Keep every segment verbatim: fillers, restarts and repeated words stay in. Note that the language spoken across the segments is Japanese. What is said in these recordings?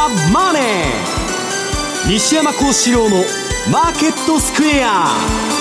マネー」西山幸四郎のマーケットスクエア。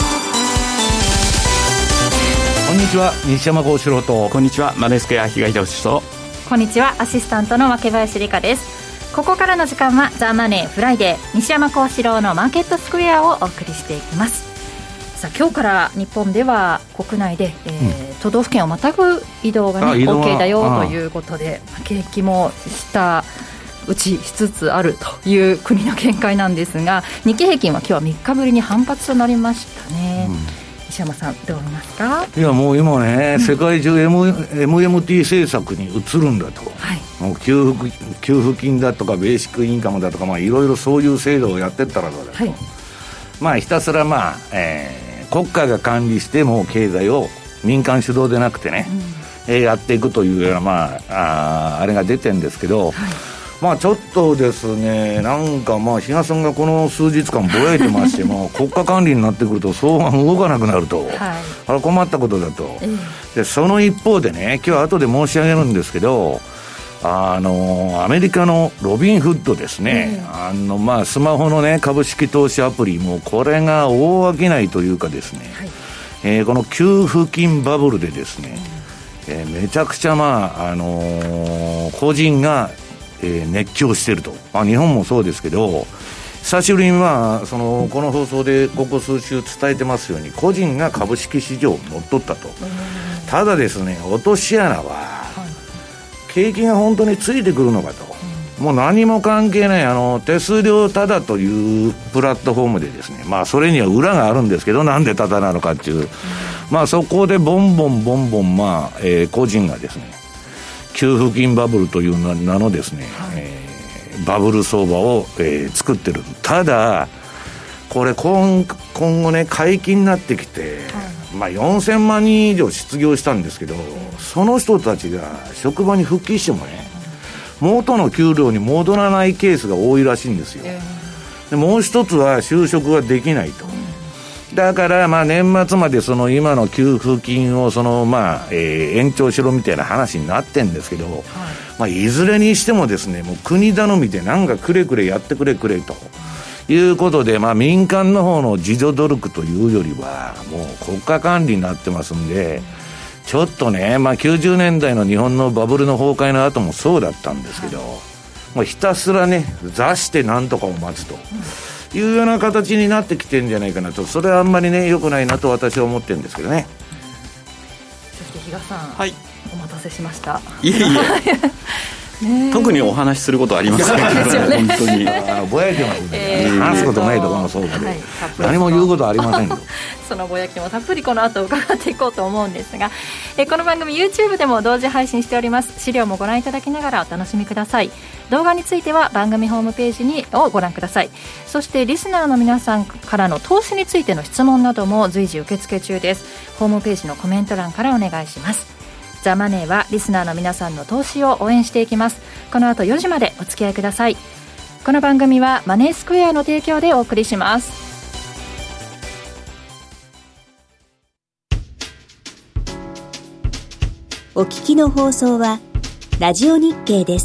こんにちは、西山幸四郎と。 こんにちは、マネースクエア東秀俊と。 こんにちは、アシスタントの若林理香です。ここからの時間はザ・マネーフライデー、西山幸四郎のマーケットスクエアをお送りしていきます。さあ、今日から日本では国内で、えーうん、都道府県をまたぐ移動が、ね、OK だよということで、景気も下打ちしつつあるという国の見解なんですが、日経平均は今日はみっかぶりに反発となりましたね、うん、西山さんどう見ますか？ いや、もう今ね、うん、世界中 M エムエムティー 政策に移るんだと、はい、もう給付、給付金だとかベーシックインカムだとか、まあ、いろいろそういう制度をやってったらどうだと、はい、まあ、ひたすら、まあえー国家が管理しても経済を民間主導でなくてね、うん、えー、やっていくというような、まあ、あ, あれが出てるんですけど、はい、まあ、ちょっとですね、なんかまあ比嘉さんがこの数日間ぼやいてましても国家管理になってくると相場が動かなくなると、はい、あれ困ったことだと、うん、でその一方でね、今日後で申し上げるんですけど、あのアメリカのロビンフッドですね、うん、あのまあスマホのね株式投資アプリもこれが大商いというかですね、はい、えー、この給付金バブルでですね、うん、えー、めちゃくちゃまああのー、個人が、えー、熱狂していると、まあ、日本もそうですけど、久しぶりにまあそのこの放送でここ数週伝えてますように、個人が株式市場を乗っ取ったと、うん、ただですね、落とし穴は景気が本当についてくるのかと、うん、もう何も関係ないあの手数料タダというプラットフォームでですね、まあそれには裏があるんですけど、なんでタダなのかっていう、うん、まあそこでボンボンボンボン、まあ、えー、個人がですね給付金バブルという名のですね、はい、えー、バブル相場を、えー、作ってる。ただこれ 今, 今後ね解禁になってきて、はい、まあ、よんせんまんにん以上失業したんですけど、その人たちが職場に復帰してもね、元の給料に戻らないケースが多いらしいんですよ。でもう一つは就職ができないと。だからまあ年末までその今の給付金をそのまあ、えー、延長しろみたいな話になってんですけど、はい、まあ、いずれにしてもですね、もう国頼みでなんかくれくれやってくれくれということで、まあ、民間の方の自助努力というよりはもう国家管理になってますんで、ちょっとね、まあ、きゅうじゅうねんだいの日本のバブルの崩壊の後もそうだったんですけど、はい、もうひたすらね座してなんとかを待つというような形になってきてるんじゃないかなと。それはあんまりね良くないなと私は思ってるんですけどね。 そして比嘉さん、 はい、 お待たせしました。 いえいえね、特にお話しすることはありませんからね、本当にあのぼやいてますね、えー、話すことないところの相場で、はい、何も言うことはありませんよそのぼやきもたっぷりこの後伺っていこうと思うんですが、えこの番組 YouTube でも同時配信しております。資料もご覧いただきながらお楽しみください。動画については番組ホームページにをご覧ください。そしてリスナーの皆さんからの投資についての質問なども随時受付中です。ホームページのコメント欄からお願いします。ザ・マネーはリスナーの皆さんの投資を応援していきます。この後よじまでお付き合いください。この番組はマネースクエアの提供でお送りします。 お聞きの放送はラジオ日経です。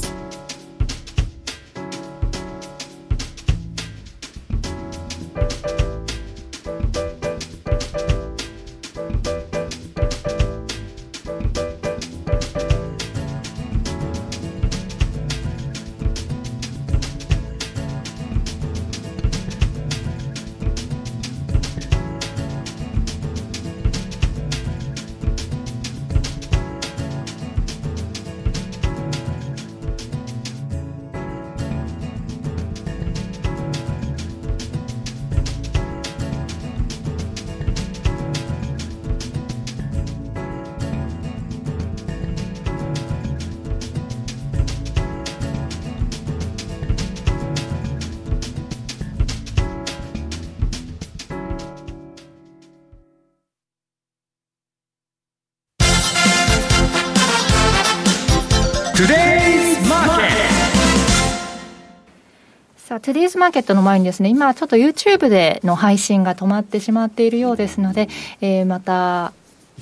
さあ、トゥデイズマーケットの前にですね、今ちょっと YouTube での配信が止まってしまっているようですので、えー、またね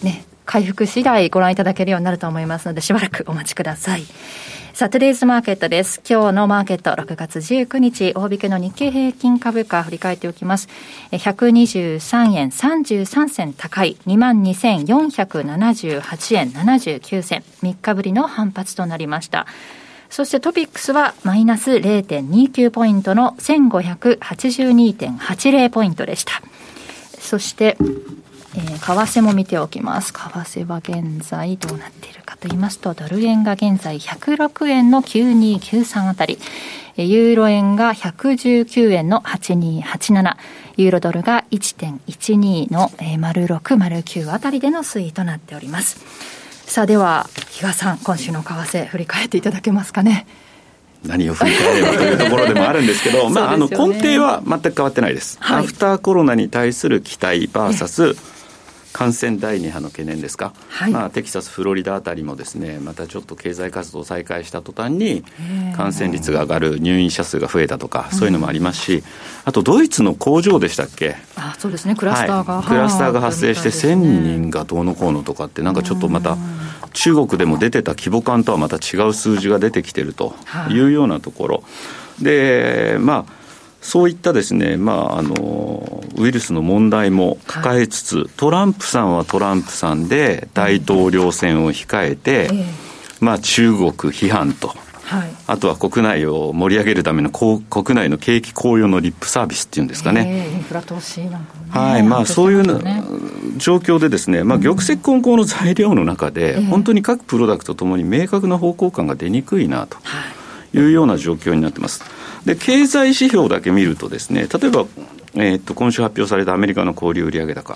回復次第ご覧いただけるようになると思いますので、しばらくお待ちください。さあ、トゥデイズマーケットです。今日のマーケットろくがつじゅうくにち大引けの日経平均株価振り返っておきます。ひゃくにじゅうさんえんさんじゅうさんせん高い にまんにせんよんひゃくななじゅうはちえんななじゅうきゅうせん、みっかぶりの反発となりました。そしてトピックスはマイナス れいてんにきゅう ポイントの せんごひゃくはちじゅうにてんはちぜろ ポイントでした。そしてえー、為替も見ておきます。為替は現在どうなっているかと言いますと、ドル円が現在ひゃくろくえんのきゅうにきゅうさんあたり、ユーロ円がひゃくじゅうきゅうえんのはちにはちなな、ユーロドルが いちてんいちに のまるろく、まるきゅうあたりでの推移となっております。さあ、では比嘉さん、今週の為替振り返っていただけますかね。 何を振り返ればというところでもあるんですけどまあ、あの根底は全く変わってないです、はい、アフターコロナに対する期待 ブイエス感染だいに波の懸念ですか、はい、まあ、テキサスフロリダあたりもですね、またちょっと経済活動を再開した途端に感染率が上がる、入院者数が増えたとか、そういうのもありますし、あとドイツの工場でしたっけ、 あ、そうですね、クラスターが、 はい、クラスターが発生してせんにんがどうのこうのとかって、なんかちょっとまた中国でも出てた規模感とはまた違う数字が出てきてるというようなところで、まあそういったですね、まあ、あのウイルスの問題も抱えつつ、はい、トランプさんはトランプさんで大統領選を控えて、えーまあ、中国批判と、はい、あとは国内を盛り上げるための国内の景気高揚のリップサービスっていうんですかね、 えー、インフラ投資なんかもね、はい、まあ、そういう、ね、状況でですね、まあ、玉石混交の材料の中で、うん、本当に各プロダクトともに明確な方向感が出にくいなというような状況になっています。で、経済指標だけ見るとですね、例えば、えー、っと今週発表されたアメリカの小売売上高、はい、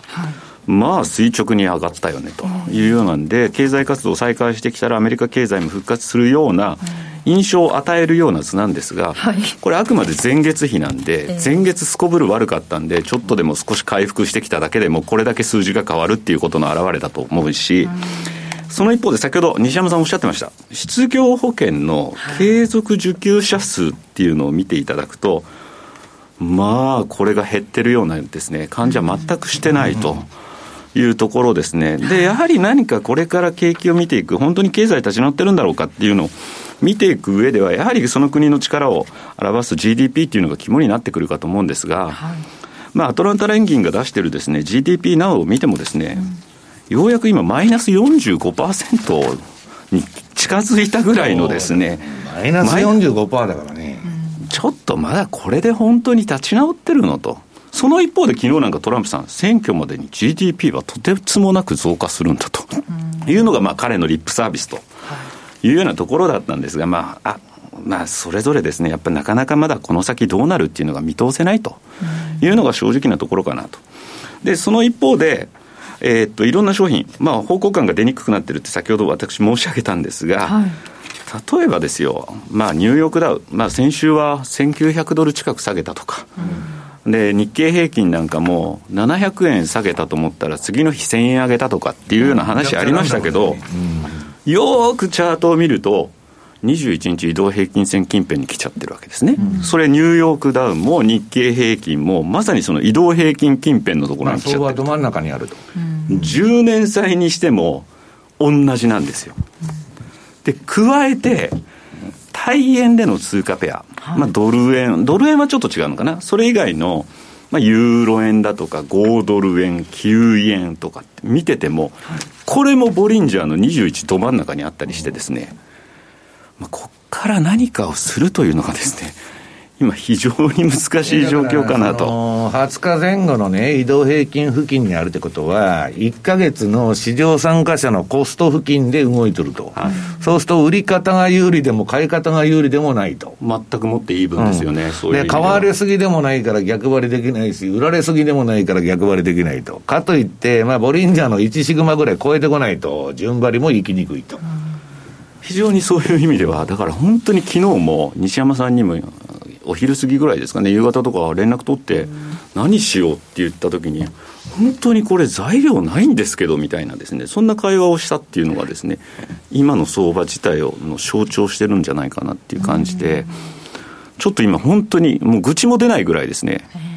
まあ垂直に上がったよねというようなんで、経済活動を再開してきたらアメリカ経済も復活するような印象を与えるような図なんですが、はい、これあくまで前月比なんで、前月すこぶる悪かったんで、ちょっとでも少し回復してきただけでもこれだけ数字が変わるっていうことの表れだと思うし、うん、その一方で先ほど西山さんおっしゃってました、失業保険の継続受給者数っていうのを見ていただくと、まあこれが減ってるようなですね感じは全くしてないというところですね。で、やはり何かこれから景気を見ていく、本当に経済立ち直ってるんだろうかっていうのを見ていく上では、やはりその国の力を表す ジーディーピー っていうのが肝になってくるかと思うんですが、はい、まあアトランタ連銀が出してるですね ジーディーピー ナウを見てもですね、うん、ようやく今マイナス よんじゅうごパーセント に近づいたぐらいのですね、 マイナス よんじゅうごパーセント だからね、 ちょっとまだこれで本当に立ち直ってるのと。その一方で昨日なんかトランプさん、選挙までに ジーディーピー はとてつもなく増加するんだというのがまあ彼のリップサービスというようなところだったんですが、まあ、あまあそれぞれですね、やっぱりなかなかまだこの先どうなるっていうのが見通せないというのが正直なところかなと。で、その一方でえー、っといろんな商品、まあ、方向感が出にくくなってるって先ほど私申し上げたんですが、はい、例えばですよ、まあ、ニューヨークダウ、まあ、先週はせんきゅうひゃくドル近く下げたとか、うん、で日経平均なんかもななひゃくえん下げたと思ったら次の日せんえん上げたとかっていうような話ありましたけど、うん、よーくチャートを見るとにじゅういちにち移動平均線近辺に来ちゃってるわけですね、うん、それニューヨークダウンも日経平均もまさにその移動平均近辺のところに来ちゃってる、 まあ、相場ど真ん中にあると、 うん、じゅうねん債にしても同じなんですよ、うん、で加えて対円での通貨ペア、はい、まあ、ドル円ドル円はちょっと違うのかな、それ以外の、まあ、ユーロ円だとかごドル円きゅうえんとかって見てても、はい、これもボリンジャーのにじゅういちど真ん中にあったりしてですね、まあ、ここから何かをするというのがですね、今非常に難しい状況かなと。 はつかぜん後のね移動平均付近にあるってことはいっかげつの市場参加者のコスト付近で動いてると、はい、そうすると売り方が有利でも買い方が有利でもないと、 全くもってイーブンですよね、うん、そういうで買われすぎでもないから逆張りできないし、売られすぎでもないから逆張りできないと、かといって、まあ、ボリンジャーのいちシグマぐらい超えてこないと順張りも行きにくいと、うん、 非常にそういう意味では、だから本当に昨日も西山さんにもお昼過ぎぐらいですかね、夕方とか連絡取って何しようって言った時に、本当にこれ材料ないんですけどみたいなですね、そんな会話をしたっていうのがですね、今の相場自体をの象徴してるんじゃないかなっていう感じで、ちょっと今本当にもう愚痴も出ないぐらいですね。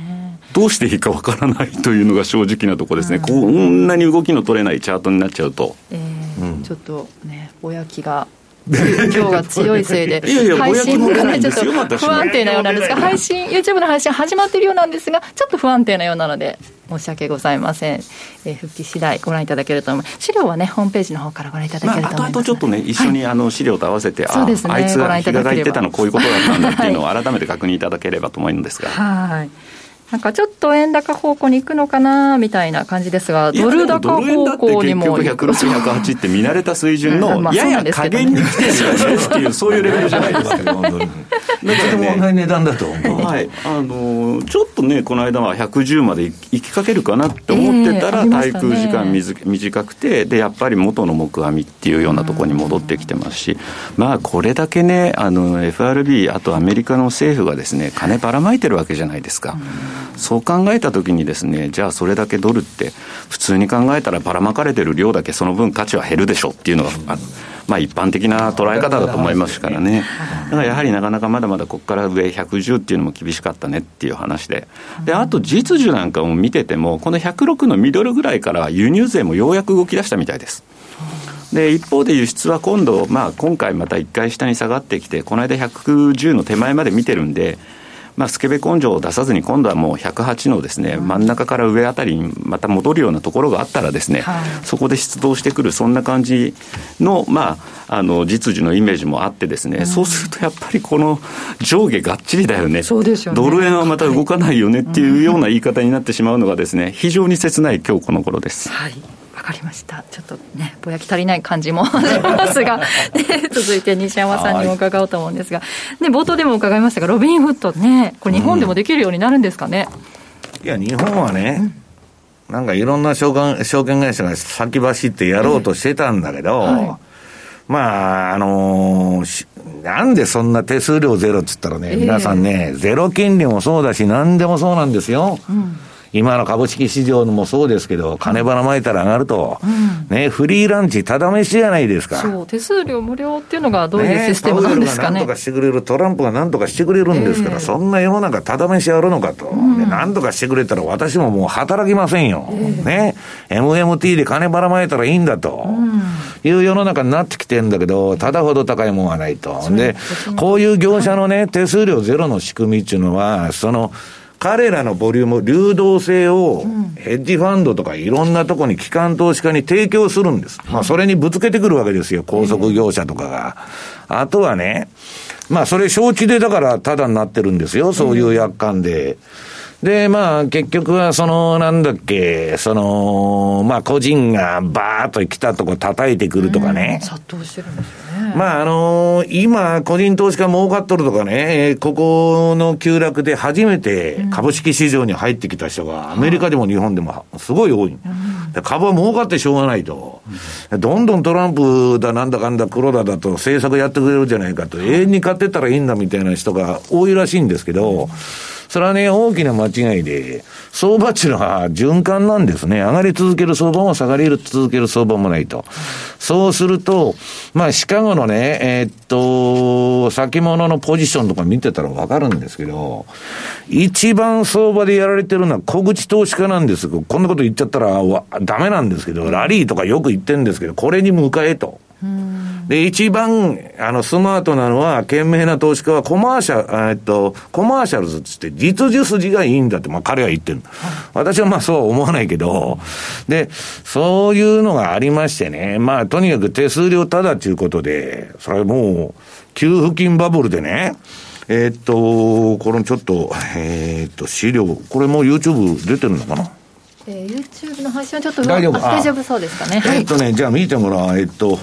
どうしていいかわからないというのが正直なところですね、うん、こんなに動きの取れないチャートになっちゃうと、 えーうん、ちょっとねぼやきが今日が強いせいでいやいや配信がねちょっと不安定なようなんですが配信 YouTube の配信始まっているようなんですがちょっと不安定なようなので申し訳ございません、えー、復帰次第ご覧いただけると思います。資料はねホームページの方からご覧いただけると思います、まあ、 あとあとちょっとね一緒にあの資料と合わせて、はい、あ, ね、あいつが比嘉が言ってたのこういうことだったんだっていうのを改めて確認いただければと思うんですがはいなんかちょっと円高方向に行くのかなみたいな感じですがドル高方向にも結局ひゃくろく、ひゃくはちって見慣れた水準のやや加減に来てるよねっていうそういうレベルじゃないですかね本当にだからね、同じ値段だと思う、 はい、あのちょっとねこの間はひゃくじゅうまで行きかけるかなって思ってたら、えーね、滞空時間短くてでやっぱり元の木阿弥っていうようなところに戻ってきてますし、まあこれだけねあの エフアールビー あとアメリカの政府がですね金ばらまいてるわけじゃないですか。そう考えたときにですねじゃあそれだけドルって普通に考えたらばらまかれてる量だけその分価値は減るでしょっていうのが、あのまあ、一般的な捉え方だと思いますからね。だからやはりなかなかまだまだここから上ひゃくじゅうっていうのも厳しかったねっていう話で、であと実需なんかも見ててもこのひゃくろくのミドルぐらいから輸入税もようやく動き出したみたいです。で一方で輸出は今度、まあ、今回またいっかい下に下がってきてこの間ひゃくじゅうの手前まで見てるんで、まあ、スケベ根性を出さずに今度はもうひゃくはちのですね、うん、真ん中から上あたりにまた戻るようなところがあったらですね、はい、そこで出動してくるそんな感じの、まあ、あの実需のイメージもあってですね、うん、そうするとやっぱりこの上下がっちりだよね、 そうですよね、 ドル円はまた動かないよねっていうような言い方になってしまうのがですね非常に切ない今日この頃です。 はいわかりました。ちょっとねぼやき足りない感じもしますが、ね、続いて西山さんにも伺おうと思うんですが、ね、冒頭でも伺いましたがロビンフットねこれ日本でもできるようになるんですかね。 うん、いや日本はね、うん、なんかいろんな証券、証券会社が先走ってやろうとしてたんだけど、はい、まああのー、なんでそんな手数料ゼロっつったらね、えー、皆さんねゼロ金利もそうだし何でもそうなんですよ。うん今の株式市場もそうですけど金ばらまいたら上がると、うんね、フリーランチただ飯じゃないですか。 そう手数料無料っていうのがどういうシステムなんですかね。 パウエルが何とかしてくれるトランプが何とかしてくれるんですから、えー、そんな世の中ただ飯あるのかと、うん、何とかしてくれたら私ももう働きませんよ、えーね、エムエムティー で金ばらまいたらいいんだと、うん、いう世の中になってきてるんだけどただほど高いもんはないと。でこういう業者のね手数料ゼロの仕組みっていうのはその彼らのボリューム、流動性をヘッジファンドとかいろんなところに機関投資家に提供するんです。まあそれにぶつけてくるわけですよ、高速業者とかが。あとはね、まあそれ承知でだからタダになってるんですよ、そういう約款で。で、まあ結局はそのなんだっけ、その、まあ個人がバーッと来たとこ叩いてくるとかね。 殺到してるんですよね。 まああのー、今個人投資家儲かっとるとかね、ここの急落で初めて株式市場に入ってきた人がアメリカでも日本でもすごい多い。で株は儲かってしょうがないと。どんどんトランプだなんだかんだ黒田だと政策やってくれるじゃないかと、永遠に買ってったらいいんだみたいな人が多いらしいんですけど、それはね、大きな間違いで、相場っていうのは循環なんですね。上がり続ける相場も下がり続ける相場もないと。そうすると、まあ、シカゴのね、えー、っと、先物のポジションとか見てたらわかるんですけど、一番相場でやられてるのは小口投資家なんですけど、こんなこと言っちゃったらダメなんですけど、ラリーとかよく言ってるんですけど、これに迎えと。で、一番、あの、スマートなのは、賢明な投資家はコマーシャル、えっと、コマーシャルズって言って、実需筋がいいんだって、まあ彼は言ってる。私はまあそうは思わないけど、で、そういうのがありましてね、まあとにかく手数料ただということで、それもう、給付金バブルでね、えー、っと、これちょっと、えー、っと、資料、これもう YouTube 出てるのかな？ えー、YouTube の配信はちょっと大丈夫、 大丈夫そうですかね。 えー、っとね、はい、じゃあ見てもらう。えー、っと、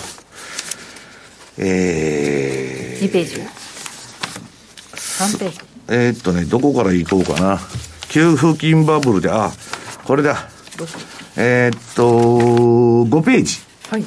えー、 にページさんページえー、っとねどこから行こうかな。給付金バブルで、あこれだ、えー、っとごページ、 はい、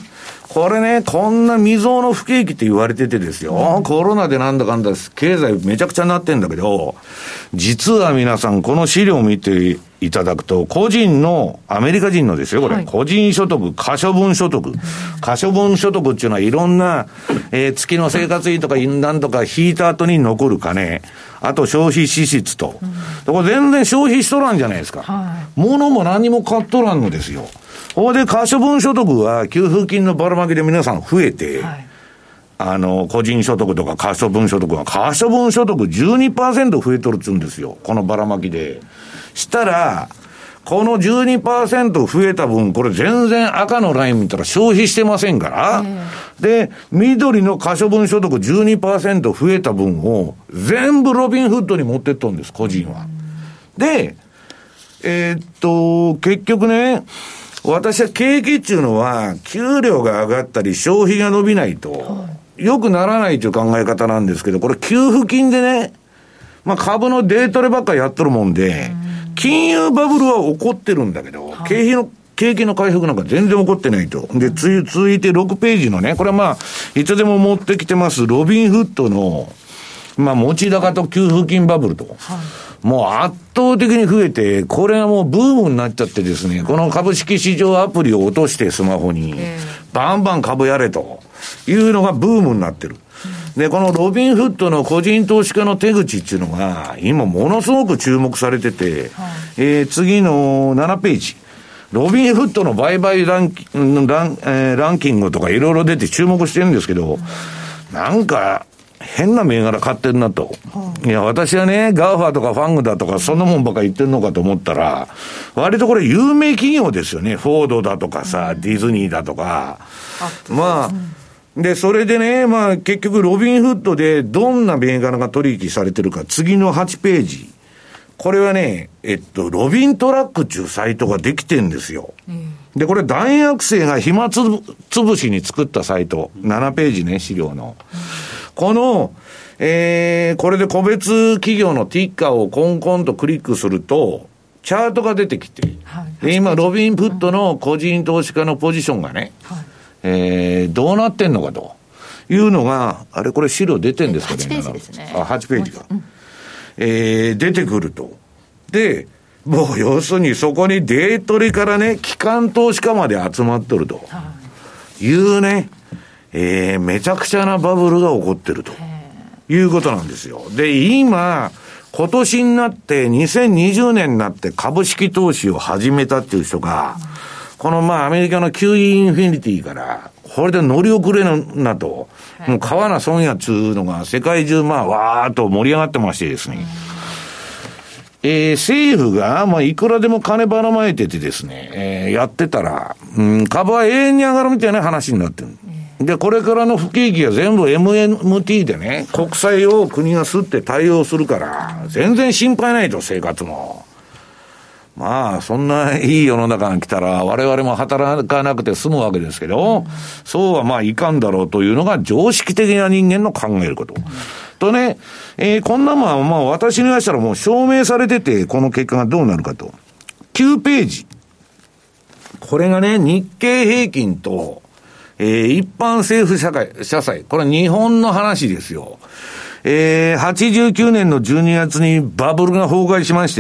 これね、こんな未曾有の不景気って言われててですよ、うん、コロナでなんだかんだ経済めちゃくちゃになってんだけど、実は皆さんこの資料を見ていただくと、個人の、アメリカ人のですよ、これ、はい、個人所得、可処分所得、可処分所得っていうのはいろんな、えー、月の生活費とかなんとか引いた後に残る金、あと消費支出と、うん、これ全然消費しとらんじゃないですか、はい、物も何も買っとらんのですよ。これで可処分所得は給付金のばらまきで皆さん増えて、はい、あの個人所得とか可処分所得は可処分所得 じゅうにパーセント 増えとるっつうんですよ、このばらまきで。したらこの じゅうにパーセント 増えた分、これ全然赤のライン見たら消費してませんから、で緑の可処分所得 じゅうにパーセント 増えた分を全部ロビンフッドに持ってっとんです、個人は。でえー、っと結局ね、私は景気っていうのは給料が上がったり消費が伸びないと良くならないという考え方なんですけど、これ給付金でね、まあ株のデートレばっかりやっとるもんで、金融バブルは起こってるんだけど、景気の景気の回復なんか全然起こってないと。でつ続いてろくページのね、これはまあいつでも持ってきてますロビンフッドのまあ持ち高と給付金バブルと、もう圧倒的に増えて、これがもうブームになっちゃってですね、この株式市場アプリを落としてスマホにバンバン株やれというのがブームになってる。でこのロビンフッドの個人投資家の手口っていうのが今ものすごく注目されてて、えー、次のななページ、ロビンフッドの売買ランキ、ラン、えー、ランキングとかいろいろ出て注目してるんですけど、なんか変な銘柄買ってるなと。いや、私はね、ガーファーとかファングだとか、そんなもんばっか言ってるのかと思ったら、割とこれ有名企業ですよね。フォードだとかさ、ディズニーだとか。まあ、で、それでね、まあ結局ロビンフッドでどんな銘柄が取引されてるか、次のはちページ。これはね、えっと、ロビントラックっていうサイトができてんですよ。うん、で、これ大学生が暇つぶ、つぶしに作ったサイト。ななページね、資料の。うん、この、えー、これで個別企業のティッカーをコンコンとクリックすると、チャートが出てきて、はい、で今、ロビンフッドの個人投資家のポジションがね、はい、えー、どうなってんのかというのが、あれこれ資料出てんですかね。はちページですね。あ、はちページか。うん、えー、出てくると。で、もう要するにそこにデートリからね、機関投資家まで集まっとるというね、えー、めちゃくちゃなバブルが起こってるということなんですよ。で、今、今年になって、にせんにじゅうねんになって株式投資を始めたっていう人が、このまあアメリカの キューイー インフィニティから、これで乗り遅れるなと、もう買わな損やつうのが世界中まあわーっと盛り上がってましてですね、えー、政府がまあいくらでも金ばらまいててですね、えー、やってたら、うん、株は永遠に上がるみたいな話になってる。で、これからの不景気は全部 エムエムティー でね、国債を国が吸って対応するから、全然心配ないと、生活も。まあ、そんないい世の中が来たら、我々も働かなくて済むわけですけど、そうはまあいかんだろうというのが常識的な人間の考えること。とね、えー、こんなもんはまあ私に言わしたらもう証明されてて、この結果がどうなるかと。きゅうページ。これがね、日経平均と、えー、一般政府社会、社債。これ日本の話ですよ。えー、はちじゅうきゅうねんのじゅうにがつにバブルが崩壊しまして、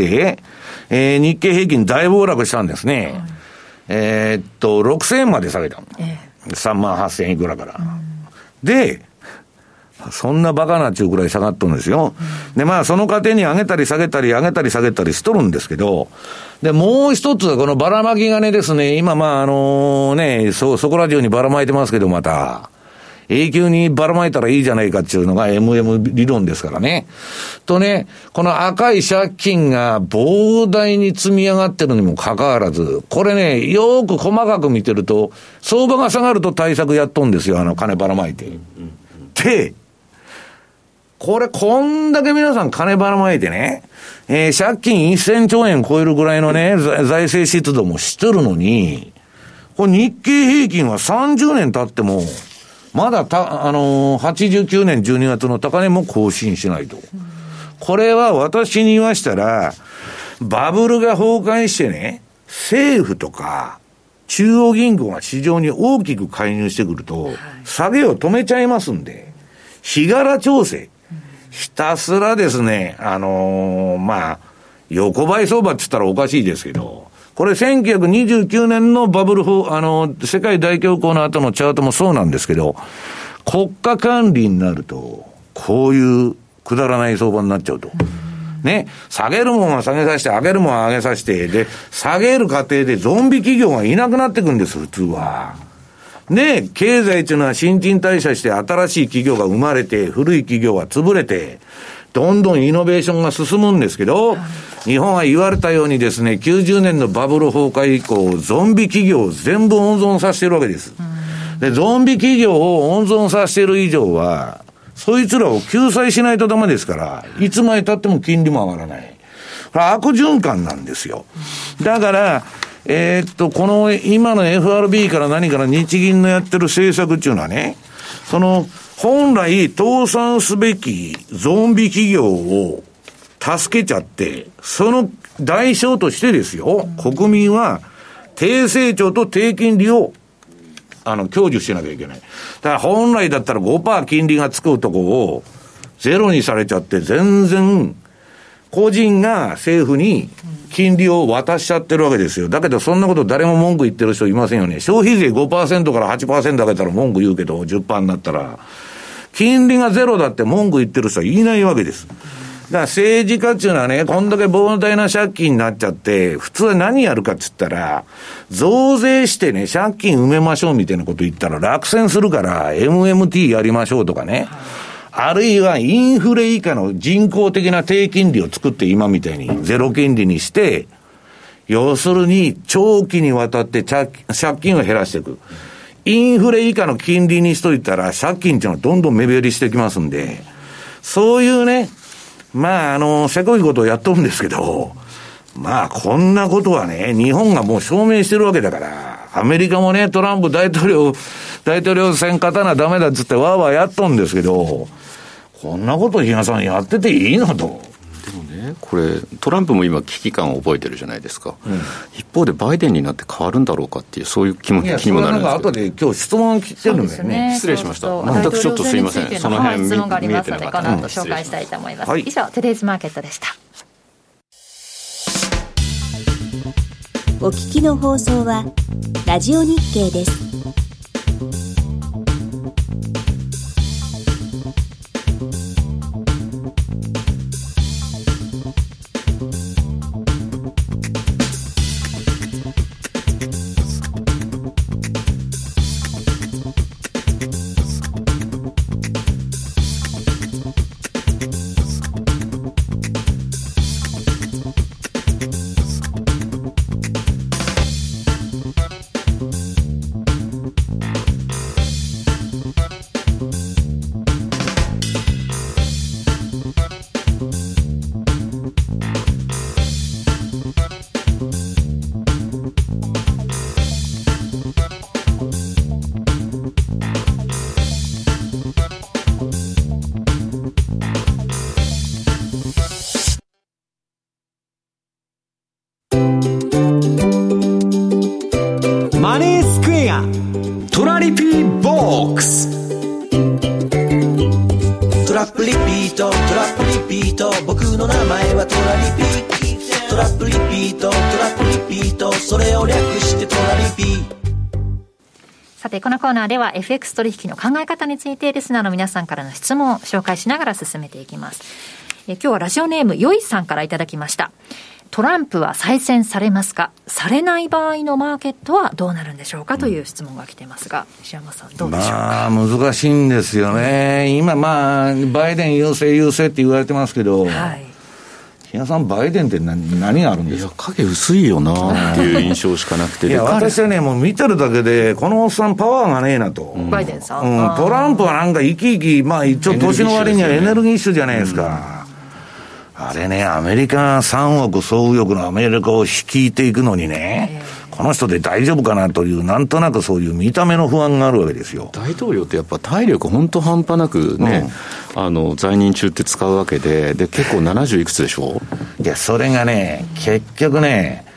えー、日経平均大暴落したんですね。はい、えー、っと、ろくせんえんまで下げたの。えー、さんまんはっせんえんいくらから。うん、で、そんなバカなっちゅうくらい下がっとるんですよ。うん、で、まあ、その過程に上げたり下げたり上げたり下げたりしとるんですけど、で、もう一つ、このばらまきがねですね、今まあ、あのね、そ、そこら中にばらまいてますけど、また、永久にばらまいたらいいじゃないかっていうのが エムエム 理論ですからね。とね、この赤い借金が膨大に積み上がってるにもかかわらず、これね、よーく細かく見てると、相場が下がると対策やっとんですよ、あの金ばらまいて。で、これこんだけ皆さん金ばらまいてね、えー、借金せんちょうえん超えるぐらいのね、財政出動もしてるのに、これ日経平均はさんじゅうねん経っても、まだた、あのー、はちじゅうきゅうねんじゅうにがつの高値も更新しないと。これは私に言わしたら、バブルが崩壊してね、政府とか中央銀行が市場に大きく介入してくると、はい、下げを止めちゃいますんで、日柄調整、うん、ひたすらですね、あのー、まあ、横ばい相場って言ったらおかしいですけど、これせんきゅうひゃくにじゅうきゅうねんのバブル法、あの、世界大恐慌の後のチャートもそうなんですけど、国家管理になると、こういうくだらない相場になっちゃうと。ね、下げるもんは下げさせて、上げるもんは上げさせて、で、下げる過程でゾンビ企業がいなくなってくんです、普通は。で、経済っていうのは新陳代謝して新しい企業が生まれて、古い企業が潰れて、どんどんイノベーションが進むんですけど、日本は言われたようにですね、きゅうじゅうねんのバブル崩壊以降、ゾンビ企業を全部温存させてるわけです。で、ゾンビ企業を温存させてる以上は、そいつらを救済しないとダメですから、いつまで経っても金利も上がらない。これ悪循環なんですよ。だから、えー、っと、この今の エフアールビー から何から日銀のやってる政策っていうのはね、その、本来倒産すべきゾンビ企業を助けちゃって、その代償としてですよ、国民は低成長と低金利をあの享受しなきゃいけない。だから本来だったら ごパーセント 金利がつくとこをゼロにされちゃって、全然個人が政府に金利を渡しちゃってるわけですよ。だけどそんなこと誰も文句言ってる人いませんよね。消費税 ごパーセント から はちパーセント 上げたら文句言うけど じゅっパーセント になったら金利がゼロだって文句言ってる人はいないわけです。だから政治家っていうのはね、こんだけ膨大な借金になっちゃって、普通は何やるかって言ったら、増税してね、借金埋めましょうみたいなこと言ったら落選するから、エムエムティー やりましょうとかね。あるいはインフレ以下の人工的な低金利を作って今みたいにゼロ金利にして、要するに長期にわたって借金を減らしていく。インフレ以下の金利にしといたら借金っていうのはどんどん目減りしてきますんで、そういうね、まああの、せこいことをやっとるんですけど、まあこんなことはね、日本がもう証明してるわけだから、アメリカもね、トランプ大統領、大統領選勝たなダメだっつってわーわーやっとんですけど、こんなこと比嘉さんやってていいのと。 でもね、これトランプも今危機感を覚えてるじゃないですか、うん、一方でバイデンになって変わるんだろうかっていう、そういう気も気にもなるんですけど、後で今日質問来てるんだよね。 ね、 失礼しました。全くちょっとすいません、その辺質問がありますのでこの後紹介したいと思います、はい、以上トゥデイズマーケットでした。 お聞きの放送はラジオ日経です。 このコーナーでは エフエックス 取引の考え方についてリスナーの皆さんからの質問を紹介しながら進めていきます。え今日はラジオネームよいさんからいただきました。トランプは再選されますか、されない場合のマーケットはどうなるんでしょうかという質問が来てますが、石山さんどうでしょうか。 まあ難しいんですよね、うん、今まあバイデン優勢優勢って言われてますけど、はい、比嘉さんバイデンって 何, 何があるんですか。 いや影薄いよなっていう印象しかなくていや私はねもう見てるだけでこのおっさんパワーがねえなと、 うん、バイデンさん、 うん、トランプはなんか生き生きまあ一応年の割にはエネルギッシュじゃないですか、うん、あれねアメリカさんおく総力のアメリカを率いていくのにね、えー、この人で大丈夫かなというなんとなくそういう見た目の不安があるわけですよ。 大統領ってやっぱ体力本当半端なくね、うん、あの在任中って使うわけで、で結構ななじゅういくつでしょ。 いやそれがね結局ね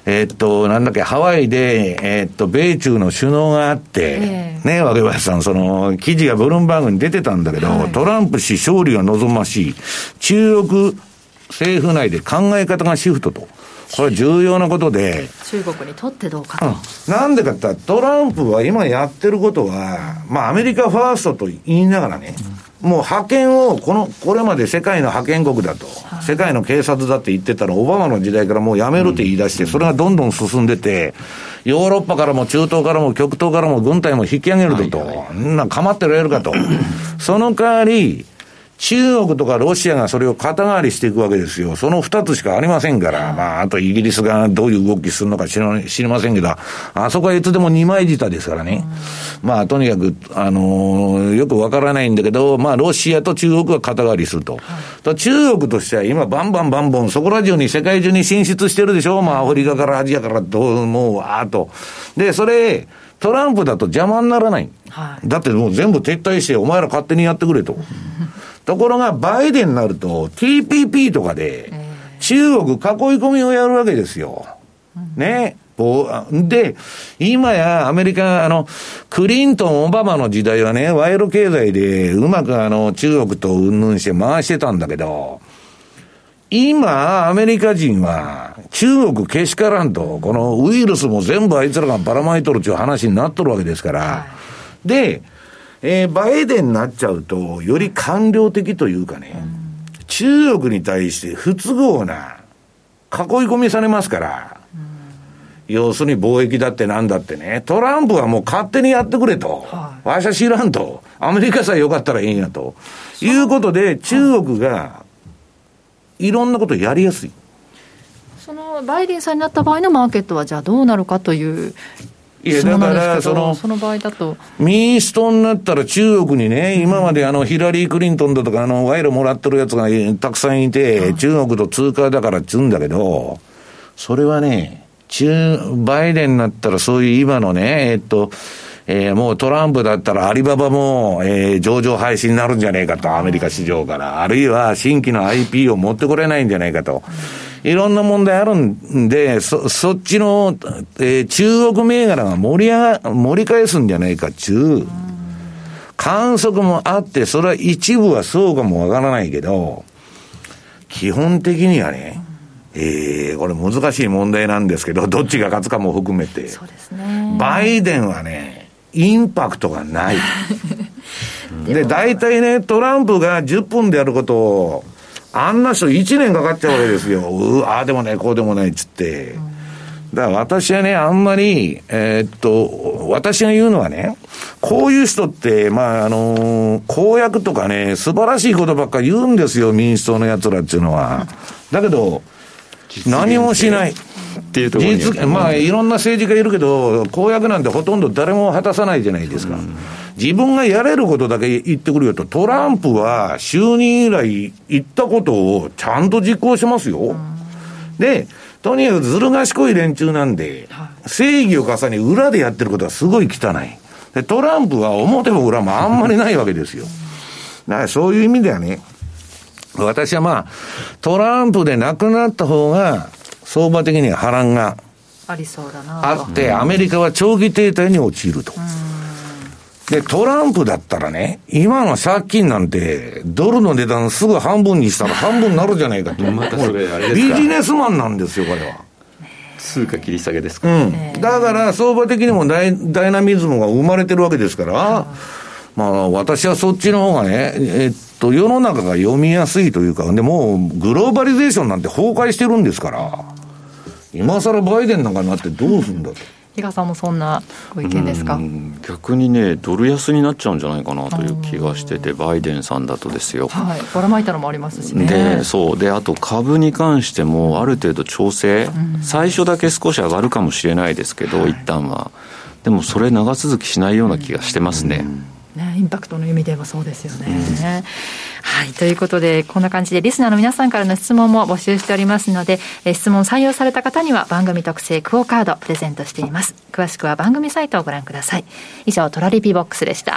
えー、っと、なんだっけ、ハワイで、えー、っと、米中の首脳があって、えー、ね、若林さん、その、記事がブルームバーグに出てたんだけど、はい、トランプ氏勝利が望ましい、中国政府内で考え方がシフトと。これは重要なことで。 中国にとってどうかと。 うん、なんでかって言ったら、トランプは今やってることは、まあ、アメリカファーストと言いながらね、うん、もう覇権を、この、これまで世界の覇権国だと、はい、世界の警察だって言ってたの、オバマの時代からもうやめるって言い出して、それがどんどん進んでて、ヨーロッパからも中東からも極東からも軍隊も引き上げると、はいはい、なんか構ってられるかと。その代わり、中国とかロシアがそれを肩代わりしていくわけですよ。その二つしかありませんから。まあ、あとイギリスがどういう動きするのか知ら、知りませんけど、あそこはいつでも二枚舌ですからね。まあ、とにかく、あのー、よくわからないんだけど、まあ、ロシアと中国は肩代わりすると。と中国としては今、バンバンバンバン、そこら中に世界中に進出してるでしょ。まあ、アフリカからアジアからどう、もう、わーっと。で、それ、トランプだと邪魔にならない。はい、だってもう全部撤退して、お前ら勝手にやってくれと。ところが、バイデンになると、ティーピーピー とかで、中国囲い込みをやるわけですよ。ね。で、今やアメリカ、あの、クリントン、オバマの時代はね、賄賂経済でうまくあの、中国と云々して回してたんだけど、今、アメリカ人は、中国けしからんと、このウイルスも全部あいつらがばらまいとるっていう話になっとるわけですから、で、えー、バイデンになっちゃうと、より官僚的というかね、うん、中国に対して不都合な囲い込みされますから、うん、要するに貿易だってなんだってね、トランプはもう勝手にやってくれと、はい、わしゃ知らんと、アメリカさえよかったらいいんやと、いうことで、中国がいろんなことをやりやすい。 そのバイデンさんになった場合のマーケットはじゃあどうなるかという。 いや、だから、その、 その場合だと。 民主党になったら中国にね、今まであの、ヒラリー・クリントンだとか、あの、賄賂もらってるやつがたくさんいて、中国と通貨だからって言うんだけど、それはね、中、バイデンになったらそういう今のね、えっと、えー、もうトランプだったらアリババも、えー、上場廃止になるんじゃないかと、アメリカ市場から。あるいは新規の アイピー を持ってこれないんじゃないかと。いろんな問題あるんで、そ、そっちの、えー、中国銘柄が盛り上が、盛り返すんじゃないかっちゅう、観測もあって、それは一部はそうかもわからないけど、基本的にはね、えー、これ難しい問題なんですけど、どっちが勝つかも含めて、 そうですね。 バイデンはね、インパクトがない。で、大体ね、トランプがじゅっぷんでやることを、あんな人いちねんかかっちゃうわけですよ。うああでもない、こうでもないっつって。だから私はね、あんまり、えー、っと、私が言うのはね、こういう人って、まあ、あのー、公約とかね、素晴らしいことばっか言うんですよ、民主党の奴らっていうのは。だけど、何もしない。 っていうところに実、まあ、いろんな政治家いるけど、公約なんてほとんど誰も果たさないじゃないですか。自分がやれることだけ言ってくるよと、トランプは就任以来言ったことをちゃんと実行しますよ。で、とにかくずる賢い連中なんで、正義を重ね裏でやってることはすごい汚い。で、トランプは表も裏もあんまりないわけですよ。だからそういう意味ではね、私はまあ、トランプでなくなった方が、相場的には波乱がありそうだなあって、アメリカは長期停滞に陥ると。で、トランプだったらね、今の借金なんて、ドルの値段すぐ半分にしたら半分になるじゃないかと。 またそれあれですか。 ビジネスマンなんですよ、これは。 通貨切り下げですか。 うん。だから相場的にもダイ、ダイナミズムが生まれてるわけですから、まあ私はそっちの方がね、えっと、世の中が読みやすいというか、でもグローバリゼーションなんて崩壊してるんですから、今更バイデンなんかになってどうするんだと。 比嘉さんもそんなご意見ですか。 逆にね、ドル安になっちゃうんじゃないかなという気がしてて、バイデンさんだとですよ。 はい、ばらまいたのもありますしね。 で、そうで、あと株に関してもある程度調整、うん、最初だけ少し上がるかもしれないですけど、はい、一旦はでもそれ長続きしないような気がしてますね。うんね、インパクトの意味ではそうですよね、うん、はい、ということでこんな感じでリスナーの皆さんからの質問も募集しておりますので、え質問採用された方には番組特製クオカードプレゼントしています。詳しくは番組サイトをご覧ください。以上、トラリピボックスでした。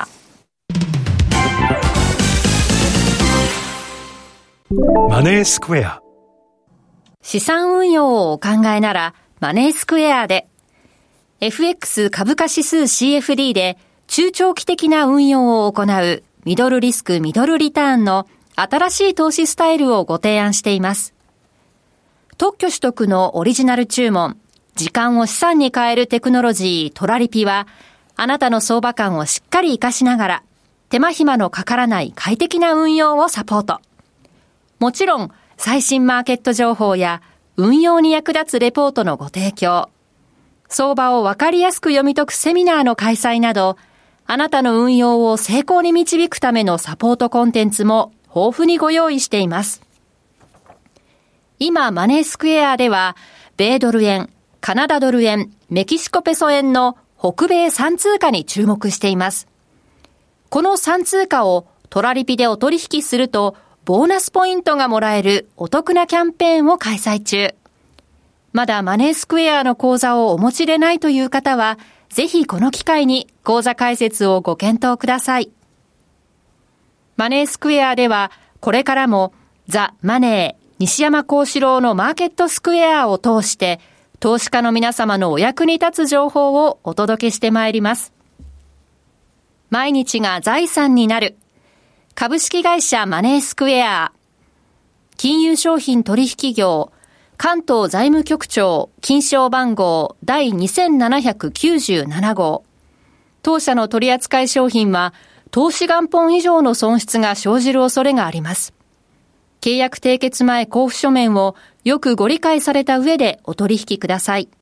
マネースクエア。 資産運用をお考えならマネースクエアで エフエックス 株価指数 シーエフディー で中長期的な運用を行うミドルリスクミドルリターンの新しい投資スタイルをご提案しています。特許取得のオリジナル注文、時間を資産に変えるテクノロジートラリピは、あなたの相場感をしっかり活かしながら、手間暇のかからない快適な運用をサポート。もちろん、最新マーケット情報や運用に役立つレポートのご提供、相場をわかりやすく読み解くセミナーの開催など、あなたの運用を成功に導くためのサポートコンテンツも豊富にご用意しています。今、マネースクエアでは、米ドル円、カナダドル円、メキシコペソ円の北米さん通貨に注目しています。このさん通貨をトラリピでお取引すると、ボーナスポイントがもらえるお得なキャンペーンを開催中。まだマネースクエアの口座をお持ちでないという方は、ぜひこの機会に口座開設をご検討ください。マネースクエアでは、これからもザ・マネー、西山幸四郎のマーケットスクエアを通して、投資家の皆様のお役に立つ情報をお届けしてまいります。毎日が財産になる。株式会社マネースクエア。金融商品取引業、関東財務局長、金賞番号第にせんななひゃくきゅうじゅうなな号。当社の取扱い商品は、投資元本以上の損失が生じる恐れがあります。契約締結前交付書面をよくご理解された上でお取引ください。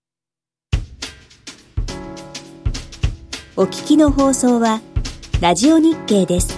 お聞きの放送はラジオ日経です。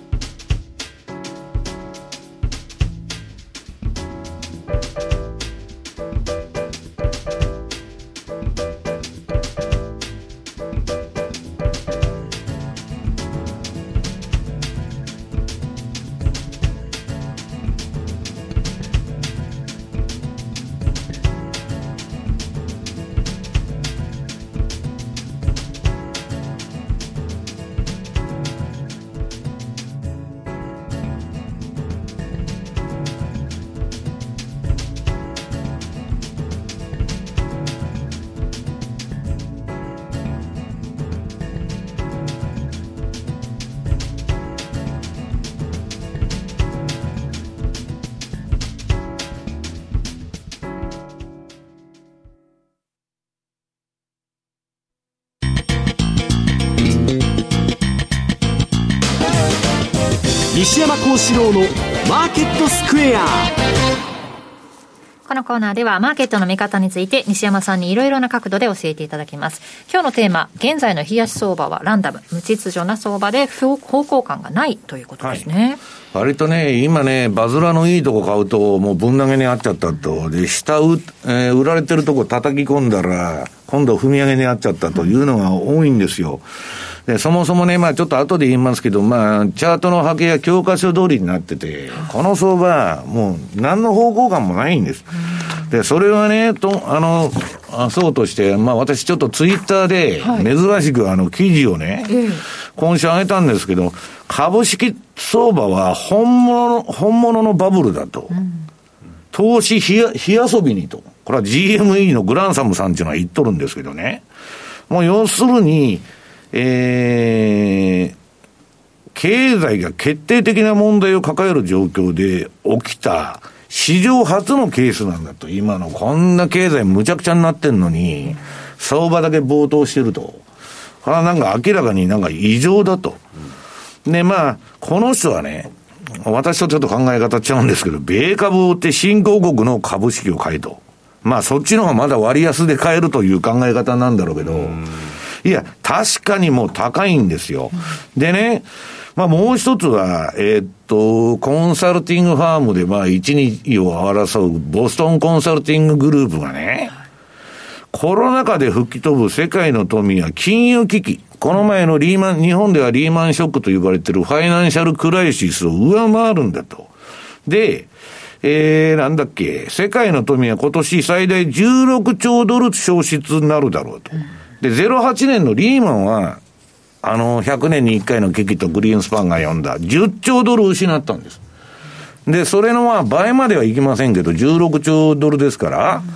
西山幸四郎のマーケットスクエア。 このコーナーではマーケットの見方について西山さんにいろいろな角度で教えていただきます。今日のテーマ、現在の冷やし相場はランダム、無秩序な相場で方向感がないということですね。 はい、割とね、今ね、バズラのいいとこ買うともうぶん投げにあっちゃったと。で、下う、えー、売られてるとこ叩き込んだら今度踏み上げにあっちゃったというのが多いんですよ。で、そもそもね、まあちょっと後で言いますけど、まあチャートの波形は教科書通りになってて、この相場もう何の方向感もないんです。で、それはね、と、あの、あそうとして、まあ私ちょっとツイッターで珍しくあの記事をね、はい、今週上げたんですけど、株式相場は本物の、本物のバブルだと。うん、投資火遊びにと。これは ジーエムイー のグランサムさんっていうのは言っとるんですけどね。もう要するに、えー、経済が決定的な問題を抱える状況で起きた史上初のケースなんだと。今のこんな経済むちゃくちゃになってんのに相場だけ暴騰してると。これはなんか明らかになんか異常だと。で、まあこの人はね、私とちょっと考え方違うんですけど、米株を売って新興国の株式を買えと。まあそっちの方がまだ割安で買えるという考え方なんだろうけど、いや、確かにもう高いんですよ。でね、まあもう一つは、えー、っと、コンサルティングファームでまあ一、二を争うボストンコンサルティンググループがね、コロナ禍で吹き飛ぶ世界の富や金融危機、この前のリーマン、日本ではリーマンショックと呼ばれているファイナンシャルクライシスを上回るんだと。で、えー、なんだっけ、世界の富は今年最大じゅうろくちょうドル消失になるだろうと。で、ゼロはちねんのリーマンは、あの、ひゃくねんにいっかいの危機とグリーンスパンが呼んだじゅっちょうドル失ったんです。で、それのまあ倍まではいきませんけど、じゅうろくちょうドルですから、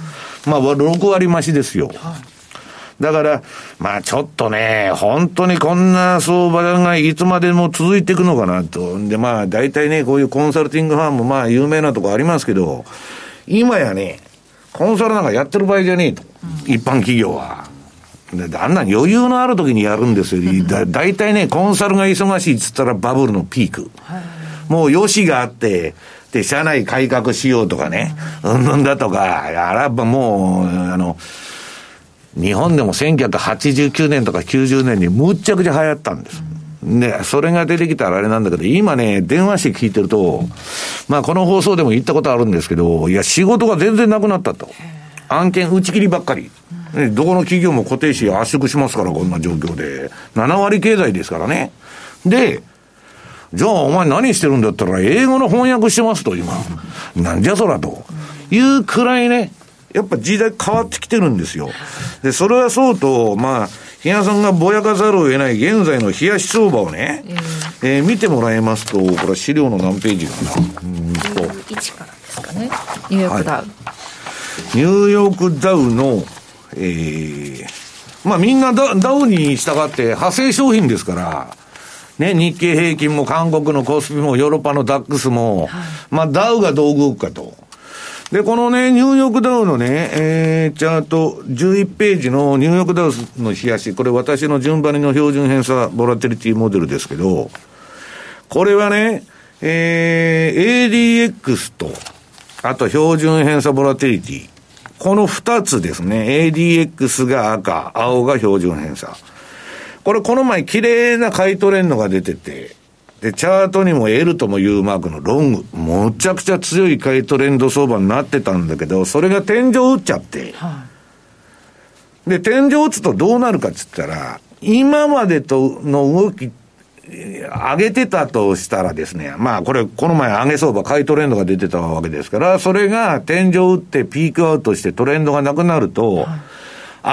まあろくわり増しですよ。だから、まあちょっとね、本当にこんな相場がいつまでも続いていくのかなと。で、まあ大体ね、こういうコンサルティングファーム、まあ有名なとこありますけど、今やね、コンサルなんかやってる場合じゃねえと。うん、一般企業は。で、あんな余裕のある時にやるんですよ。だ、大体ね、コンサルが忙しいっつったらバブルのピーク。もう良しがあって、で、社内改革しようとかね、うんぬんだとか、あらばもう、あの、日本でもせんきゅうひゃくはちじゅうきゅうねんとかきゅうじゅうねんにむっちゃくちゃ流行ったんです。で、それが出てきたらあれなんだけど、今ね、電話して聞いてると、まあこの放送でも言ったことあるんですけど、いや、仕事が全然なくなったと。案件打ち切りばっかり。どこの企業も固定費圧縮しますから、こんな状況で。ななわり経済ですからね。で、じゃあお前何してるんだったら、英語の翻訳してますと、今。なんじゃそらと。いうくらいね、やっぱ時代変わってきてるんですよ。で、それはそうと、まあ、日野さんがぼやかざるを得ない現在の冷やし相場をね、えー、見てもらいますと、これ資料の何ページかな。うんと。 じゅういちからですかね。ニューヨークダウ。はい、 ニューヨークダウの、えー、まあみんなダ、ダウに従って派生商品ですから、ね、日経平均も韓国のコスピもヨーロッパのダックスも、はい、まあダウがどう動くかと。で、このね、ニューヨークダウのね、えー、チャート、じゅういちページのニューヨークダウの冷やし、これ私の順張りの標準偏差ボラティリティモデルですけど、これはね、えー、エーディーエックス と、あと標準偏差ボラティリティ。この二つですね。エーディーエックス が赤、青が標準偏差。これこの前綺麗な買いトレンドが出てて、で、チャートにも L ともいうマークのロング、むちゃくちゃ強い買いトレンド相場になってたんだけど、それが天井打っちゃって、はあ、で、天井打つとどうなるかって言ったら、今までとの動き、上げてたとしたらですね、まあこれ、この前上げ相場、買いトレンドが出てたわけですから、それが天井打ってピークアウトしてトレンドがなくなると、はい、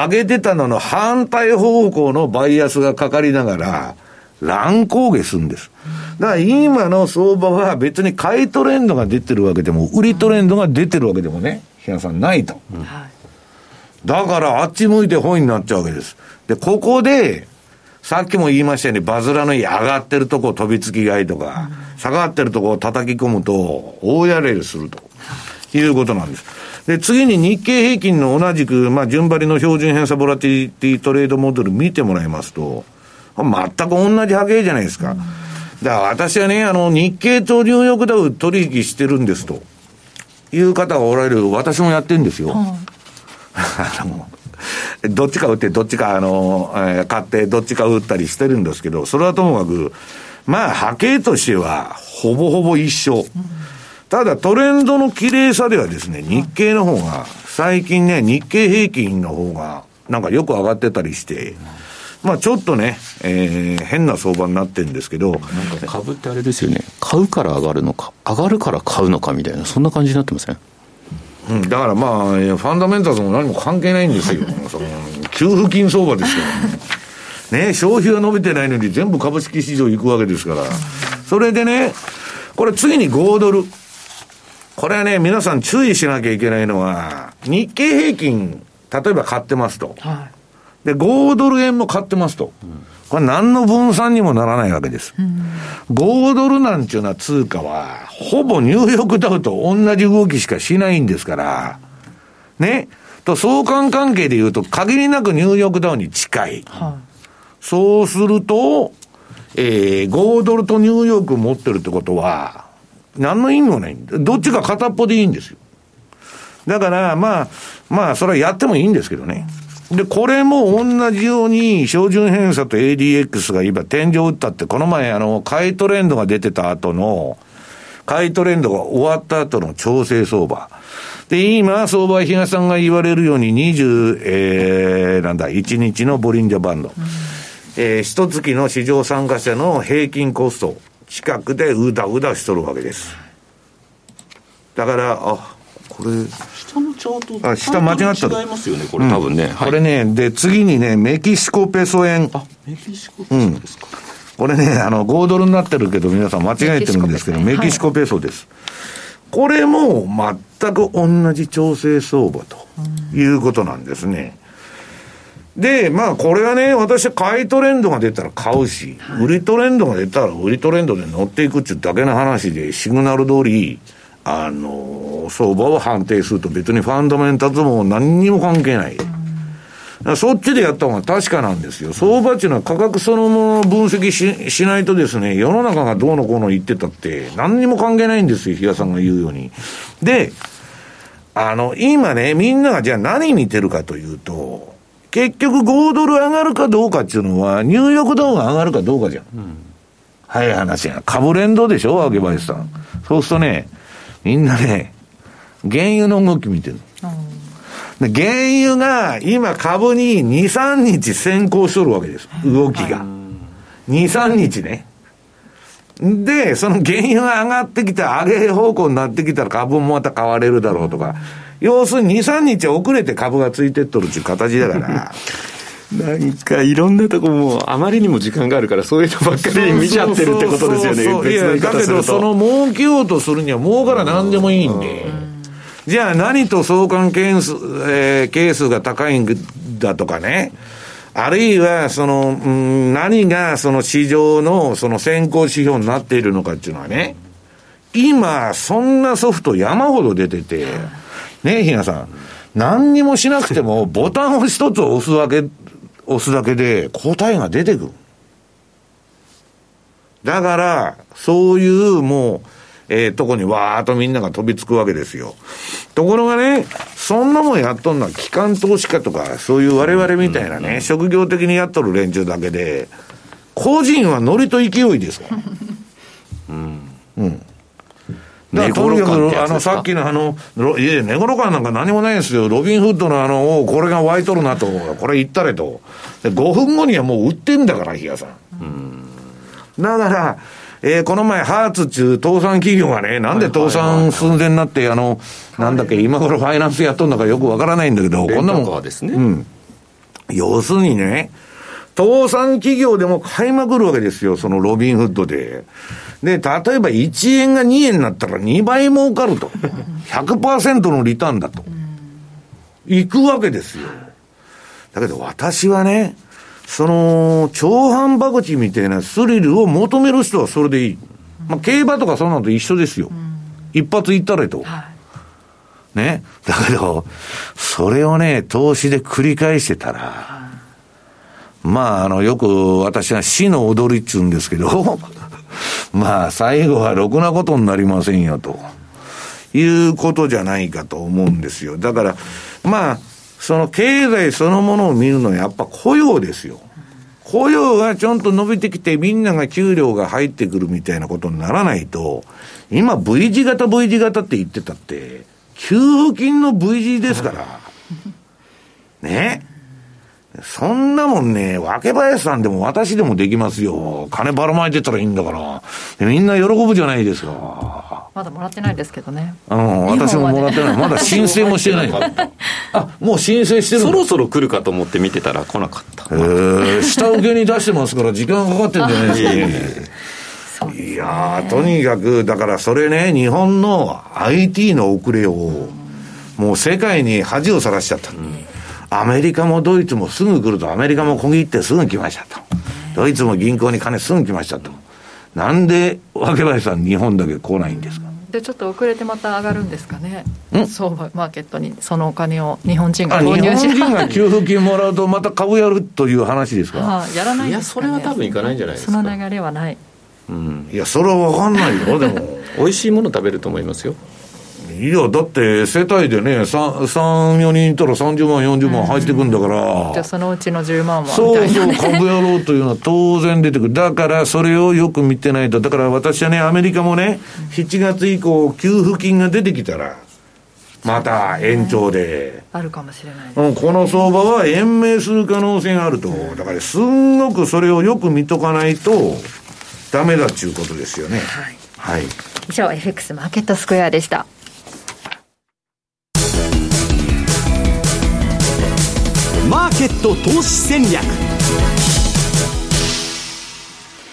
上げてたのの反対方向のバイアスがかかりながら、乱高下するんです。だから今の相場は別に買いトレンドが出てるわけでも、売りトレンドが出てるわけでもね、平さんないと。うん、だからあっち向いて本になっちゃうわけです。で、ここで、さっきも言いましたように、バズらの上がってるとこ飛びつき買いとか、うん、下がってるとこを叩き込むと、大やれするということなんです。で、次に日経平均の同じく、まあ、順張りの標準偏差ボラティリティトレードモデル見てもらいますと、全く同じ波形じゃないですか。うん、だから私はね、あの、日経とニューヨークダウ取引してるんですという方がおられる。私もやってるんですよ。うん、あの、どっちか売って、どっちか、あの、えー、買って、どっちか売ったりしてるんですけど、それはともかく、まあ、波形としては、ほぼほぼ一緒。うん、ただ、トレンドの綺麗さではですね、日経の方が、最近ね、日経平均の方が、なんかよく上がってたりして、まあ、ちょっとね、えー、変な相場になってるんですけど。なんか株ってあれですよね、買うから上がるのか、上がるから買うのかみたいな、そんな感じになってません？ うん、だからまあ、ファンダメンタルズも何も関係ないんですよ。その給付金相場ですよ。ね、消費は伸びてないのに全部株式市場行くわけですから。それでね、これ次にごドル。これはね、皆さん注意しなきゃいけないのは、日経平均、例えば買ってますと。はい、で、ごドル円も買ってますと。うん、これ何の分散にもならないわけです。うん、ごドルなんていうような通貨は、ほぼニューヨークダウと同じ動きしかしないんですから、ね。と、相関関係で言うと、限りなくニューヨークダウに近い。はい、そうすると、えー、ごドルとニューヨーク持ってるってことは、何の意味もない。どっちか片っぽでいいんですよ。だから、まあ、まあ、それはやってもいいんですけどね。で、これも同じように、標準偏差と エーディーエックス が今天井打ったって、この前、あの、買いトレンドが出てた後の、買いトレンドが終わった後の調整相場。で、今、相場は東さんが言われるように、にじゅう、えー、なんだ、いちにちのボリンジャーバンド。うん、えー、一月の市場参加者の平均コスト、近くでうだうだしとるわけです。だから、あ、これ、 下のチャート、 あ、下間違った。 違いますよね、これ、うん、多分ね。 はい、これね、で、次にね、メキシコペソ円。 あ、メキシコペソですか。うん、 これね、あの、ごドルになってるけど、皆さん間違えてるんですけど、メキシコペソです。 これも全く同じ調整相場ということなんですね。で、まあこれはね、私は買いトレンドが出たら買うし、はい、売りトレンドが出たら売りトレンドで乗っていくっていうだけの話で、シグナル通り、あの、相場を判定すると別にファンダメンタルズも何にも関係ない。そっちでやった方が確かなんですよ。相場っていうのは価格そのものを分析 し, しないとですね、世の中がどうのこうの言ってたって何にも関係ないんですよ、比嘉さんが言うように。で、あの、今ね、みんながじゃあ何見てるかというと、結局ごドル上がるかどうかっていうのは、ニューヨークダウが上がるかどうかじゃん。うん、早い話や。株連動でしょ、秋林さん。そうするとね、みんなね、原油の動き見てる。うん、で原油が今株にに、さんにち先行しとるわけです。動きが。に、さんにちね。で、その原油が上がってきた、上げ方向になってきたら株もまた買われるだろうとか。要するにに、さんにち遅れて株がついてっとるっていう形だから。 なんかいろんなとこもあまりにも時間があるからそういうのばっかり見ちゃってるってことですよね。 そうそうそうそう、いや、だけどその儲けようとするには儲から何でもいいんで。じゃあ何と相関係数、えー、係数が高いんだとかね。あるいはその、うん、何がその市場のその先行指標になっているのかっていうのはね。今そんなソフト山ほど出てて。ねえ、ひなさん。何にもしなくてもボタンを一つ押すだけ、押すだけで答えが出てくる。だから、そういうもう、えー、とこにわーっとみんなが飛びつくわけですよ。ところがね、そんなもんやっとんのは機関投資家とか、そういう我々みたいなね、うん、職業的にやっとる連中だけで、個人はノリと勢いですから。うん。うん。だからとにかく、あの、さっきのあの、いや、寝頃感なんか何もないんですよ。ロビンフッドのあの、これが湧いとるなと、これ言ったれと。でごふんごにはもう売ってんだから、比嘉さん。うん。だから、えー、この前、ハーツっていう倒産企業がね、なんで倒産寸前になって、あの、なんだっけ、今頃ファイナンスやっとんだかよくわからないんだけど、こんなもん。ですね。うん。要するにね、倒産企業でも買いまくるわけですよ、そのロビンフッドで。で、例えばいちえんがにえんになったらにばい儲かると。ひゃくパーセント のリターンだと。行くわけですよ。だけど私はね、その、超反博打みたいなスリルを求める人はそれでいい。まあ、競馬とかそんなのと一緒ですよ。一発行ったれと。ね。だけど、それをね、投資で繰り返してたら、まあ、あの、よく私は死の踊りっつうんですけど、まあ、最後はろくなことになりませんよ、ということじゃないかと思うんですよ。だから、まあ、その経済そのものを見るのはやっぱ雇用ですよ。雇用がちゃんと伸びてきてみんなが給料が入ってくるみたいなことにならないと、今 V 字型 V 字型って言ってたって、給付金の V 字ですから。ね。そんなもんね、若林さんでも私でもできますよ。金ばらまいてたらいいんだから。みんな喜ぶじゃないですか。 まだもらってないですけどね。 うん、私ももらってない。まだ申請もしてない。あ、もう申請してる。 そろそろ来るかと思って見てたら来なかった。 えー、下請けに出してますから時間かかってるんじゃないですかね。いやー、とにかく、だからそれね、日本の アイティー の遅れを、もう世界に恥をさらしちゃった。うん、アメリカもドイツもすぐ来ると、アメリカも小切ってすぐ来ましたと。ドイツも銀行に金すぐ来ましたと。なんで、若林さん、日本だけ来ないんですか。 で、ちょっと遅れてまた上がるんですかね。相場マーケットにそのお金を日本人が投入し、 日本人が給付金もらうとまた株やるという話ですか。 はあ、やらないんですかね。 いや、それは多分いかないんじゃないですか。 その流れはない。 うん、いや、それは分かんないよ。でも美味しいもの食べると思いますよ。 いや、だって世帯でね、さん、よにんいたらさんじゅうまん、よんじゅうまん入ってくるんだから、 うん、じゃあそのうちのじゅうまんはそうそう、株やろうというのは当然出てくる。だからそれをよく見てないと。だから私はね、アメリカもね、しちがつ以降給付金が出てきたらまた延長で、 ね、あるかもしれないですね、 うん、この相場は延命する可能性があると。だからすんごくそれをよく見とかないとダメだっていうことですよね。はい、はい、 以上 エフエックス マーケットスクエアでした。マーケット投資戦略。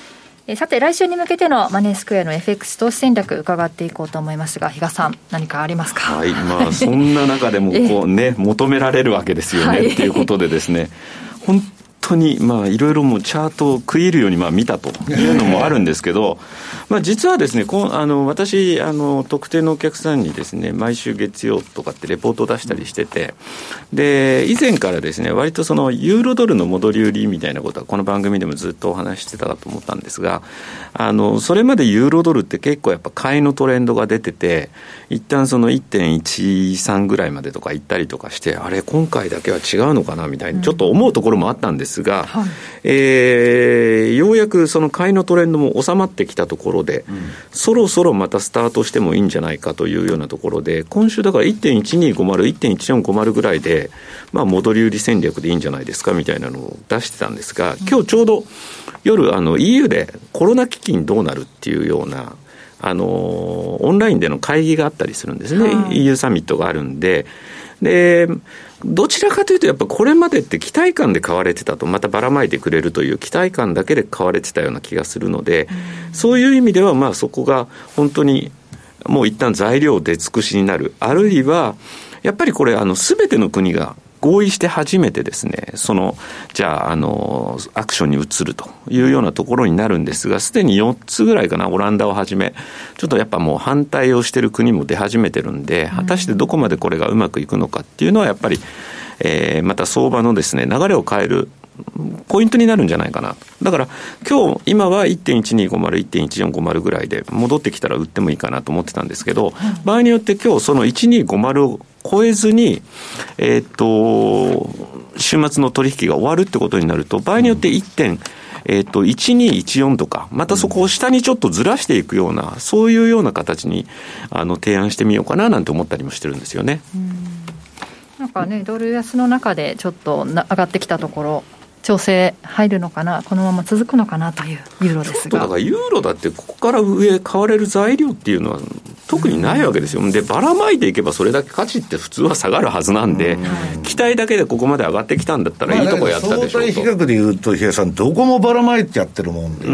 えさて来週に向けてのマネースクエアの エフエックス 投資戦略伺っていこうと思いますが、比嘉さん何かありますか？ はい、まあ、そんな中でもこう、ね、求められるわけですよね、はい、っていうことでですね、本当にまあいろいろもうチャートを食い入るようにまあ見たというのもあるんですけど、まあ実はですね、こうあの私あの特定のお客さんにですね毎週月曜とかってレポートを出したりしてて、で以前からですね割とそのユーロドルの戻り売りみたいなことはこの番組でもずっとお話ししてたかと思ったんですが、あのそれまでユーロドルって結構やっぱ買いのトレンドが出てて、一旦その いってんいちさん ぐらいまでとか行ったりとかして、あれ今回だけは違うのかなみたいにちょっと思うところもあったんですが、うんはいえー、ようやくその買いのトレンドも収まってきたところで、うん、そろそろまたスタートしてもいいんじゃないかというようなところで、今週だから いってんいちにごまる、いってんいちよんごまる ぐらいで、まあ、戻り売り戦略でいいんじゃないですかみたいなのを出してたんですが、今日ちょうど夜あの イーユー でコロナ危機にどうなるっていうようなあのオンラインでの会議があったりするんですね、はい、イーユー サミットがあるんで、でどちらかというとやっぱこれまでって期待感で買われてたと、またばらまいてくれるという期待感だけで買われてたような気がするので、うん、そういう意味ではまあそこが本当にもう一旦材料出尽くしになる、あるいはやっぱりこれあの全ての国が合意して初めてですね、そのじゃああのアクションに移るというようなところになるんですが、すでによっつぐらいかな、オランダをはじめちょっとやっぱもう反対をしている国も出始めてるんで、果たしてどこまでこれがうまくいくのかっていうのはやっぱり、えー、また相場のですね流れを変えるポイントになるんじゃないかな。だから今日今は いってんいちにごまる、いってんいちよんごまる ぐらいで戻ってきたら売ってもいいかなと思ってたんですけど、場合によって今日そのいちにごまるを超えずに、えー、っと週末の取引が終わるってことになると、場合によっていってん、えー、っといちにいちよんとかまたそこを下にちょっとずらしていくような、そういうような形にあの提案してみようかななんて思ったりもしてるんですよね。 うん、なんかねドル安の中でちょっと上がってきたところ調整入るのかな、このまま続くのかなというユーロですが、 だからユーロだってここから上買われる材料っていうのは特にないわけですよ。でばらまいていけばそれだけ価値って普通は下がるはずなんで、うん、期待だけでここまで上がってきたんだったらいいとこやったでしょうと。 相対比較でいうと比嘉さんどこもばらまいちゃってるもんで、うん、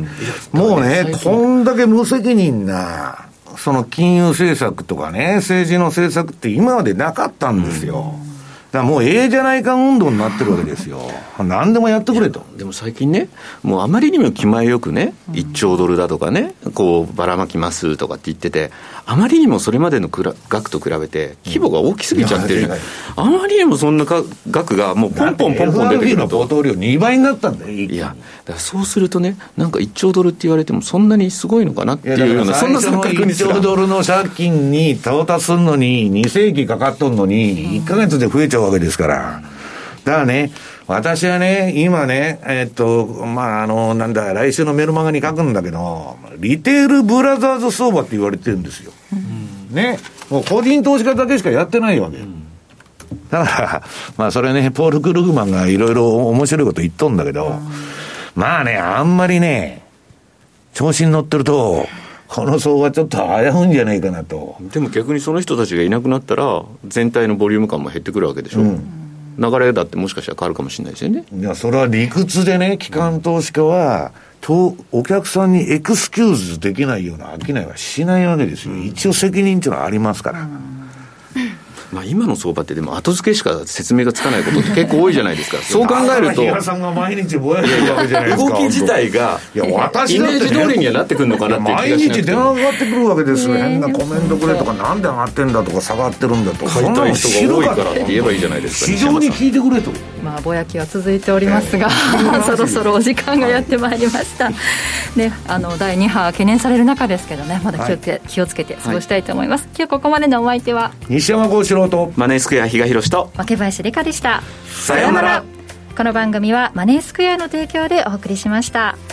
もうねこんだけ無責任なその金融政策とかね政治の政策って今までなかったんですよ、うん、だからもうええじゃないか運動になってるわけですよ。何でもやってくれと。 でも最近ねもうあまりにも気前よくねいっちょうドルだとかねこうばらまきますとかって言ってて、あまりにもそれまでのくら額と比べて規模が大きすぎちゃってる、うん、あまりにもそんなか額がもうポンポンポンポン出てくると エフアールビー のポート量にばいになったんだよ。 いやだからそうするとねなんかいっちょうドルって言われてもそんなにすごいのかなっていうような、そんな錯覚にすらいっちょうドルの借金に到達するのににせいきかかっとんのにいっかげつで増えちゃうわけですから、だからね私はね今ねえっとまああのなんだ来週のメルマガに書くんだけど、リテールブラザーズ相場って言われてるんですよ、うん、ねもう個人投資家だけしかやってないわけ、うん、だからまあそれねポール・クルグマンがいろいろ面白いこと言っとんだけど、うん、まあねあんまりね調子に乗ってるとこの相場ちょっと危ういんじゃないかなと。 でも逆にその人たちがいなくなったら全体のボリューム感も減ってくるわけでしょ、うん、流れだってもしかしたら変わるかもしれないですよね。 いやそれは理屈でね機関投資家はとお客さんにエクスキューズできないような商いはしないわけですよ、うん、一応責任っていうのはありますから、うんまあ、今の相場ってでも後付けしか説明がつかないことって結構多いじゃないですかそう考えると比嘉さんが毎日ぼやしてるわけじゃないですか動き自体がいや私だって、ね、 イメージ通りにはなってくるのかなって毎日電話がかかってくるわけですよ、変なコメントくれとかなんで上がってんだとか下がってるんだとか買いたい人が多いからって言えばいいじゃないですか。 市場に聞いてくれと、 まあぼやきは続いておりますが、えー、そろそろお時間がやってまいりました、ね、あのだいに波懸念される中ですけどねまだ気をつけ、はい、気をつけて過ごしたいと思います、はい、今日ここまでのお相手は西山幸四郎とマネースクエア比嘉宏と若林理香でした。 さようなら。 この番組はマネースクエアの提供でお送りしました。